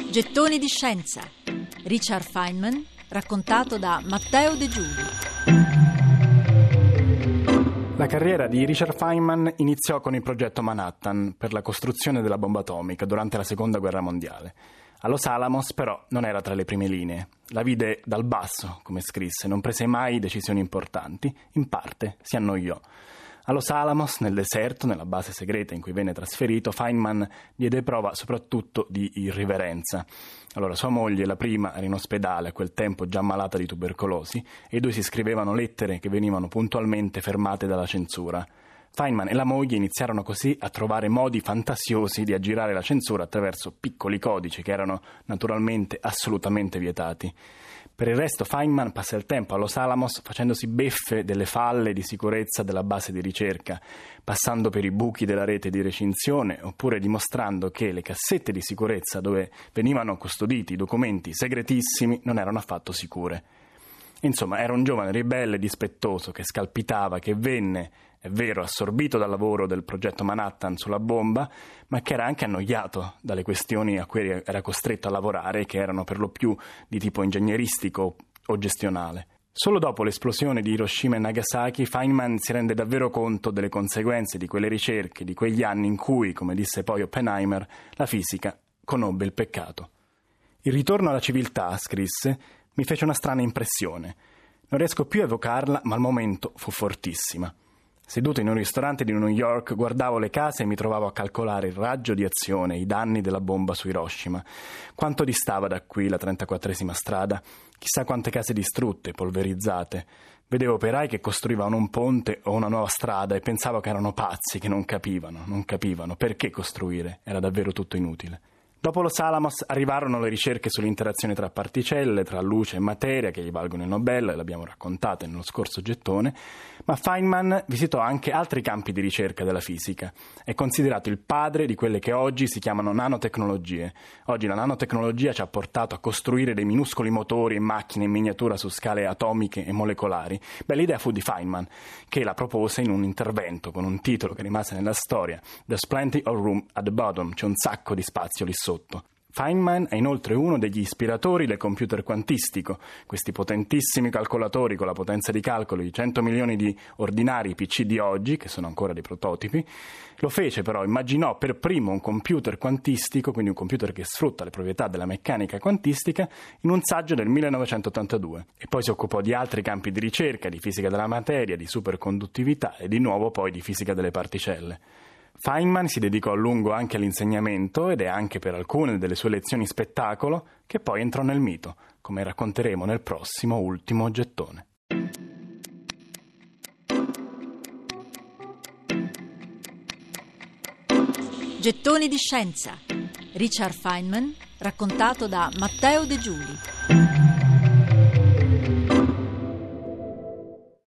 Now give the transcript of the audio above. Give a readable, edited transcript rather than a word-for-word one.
Gettoni di scienza. Richard Feynman, raccontato da Matteo De Giulio. La carriera di Richard Feynman iniziò con il progetto Manhattan per la costruzione della bomba atomica durante la Seconda Guerra Mondiale. A Los Alamos, però, non era tra le prime linee. La vide dal basso, come scrisse, non prese mai decisioni importanti. In parte si annoiò. A Los Alamos, nel deserto, nella base segreta in cui venne trasferito, Feynman diede prova soprattutto di irriverenza. Allora, sua moglie, la prima, era in ospedale, a quel tempo già malata di tubercolosi, e i due si scrivevano lettere che venivano puntualmente fermate dalla censura. Feynman e la moglie iniziarono così a trovare modi fantasiosi di aggirare la censura attraverso piccoli codici che erano naturalmente assolutamente vietati. Per il resto Feynman passa il tempo a Los Alamos facendosi beffe delle falle di sicurezza della base di ricerca, passando per i buchi della rete di recinzione oppure dimostrando che le cassette di sicurezza dove venivano custoditi i documenti segretissimi non erano affatto sicure. Insomma, era un giovane ribelle dispettoso che scalpitava, che venne, è vero, assorbito dal lavoro del progetto Manhattan sulla bomba, ma che era anche annoiato dalle questioni a cui era costretto a lavorare, che erano per lo più di tipo ingegneristico o gestionale. Solo dopo l'esplosione di Hiroshima e Nagasaki, Feynman si rende davvero conto delle conseguenze di quelle ricerche, di quegli anni in cui, come disse poi Oppenheimer, la fisica conobbe il peccato. Il ritorno alla civiltà, scrisse, mi fece una strana impressione. Non riesco più a evocarla, ma al momento fu fortissima. Seduto in un ristorante di New York, guardavo le case e mi trovavo a calcolare il raggio di azione, i danni della bomba su Hiroshima. Quanto distava da qui la 34esima strada? Chissà quante case distrutte, polverizzate. Vedevo operai che costruivano un ponte o una nuova strada e pensavo che erano pazzi, che non capivano. Perché costruire? Era davvero tutto inutile. Dopo Los Alamos arrivarono le ricerche sull'interazione tra particelle, tra luce e materia, che gli valgono il Nobel, l'abbiamo raccontate nello scorso gettone, ma Feynman visitò anche altri campi di ricerca della fisica. È considerato il padre di quelle che oggi si chiamano nanotecnologie. Oggi la nanotecnologia ci ha portato a costruire dei minuscoli motori e macchine in miniatura su scale atomiche e molecolari. L'idea fu di Feynman, che la propose in un intervento con un titolo che rimase nella storia: There's plenty of room at the bottom, c'è un sacco di spazio lì sotto. Feynman è inoltre uno degli ispiratori del computer quantistico. Questi potentissimi calcolatori con la potenza di calcolo di 100 milioni di ordinari PC di oggi, che sono ancora dei prototipi, lo fece però, immaginò per primo un computer quantistico, quindi un computer che sfrutta le proprietà della meccanica quantistica, in un saggio del 1982. E poi si occupò di altri campi di ricerca, di fisica della materia, di superconduttività e di nuovo poi di fisica delle particelle. Feynman si dedicò a lungo anche all'insegnamento ed è anche per alcune delle sue lezioni spettacolo che poi entrò nel mito, come racconteremo nel prossimo ultimo gettone. Gettoni di scienza. Richard Feynman, raccontato da Matteo De Giulio.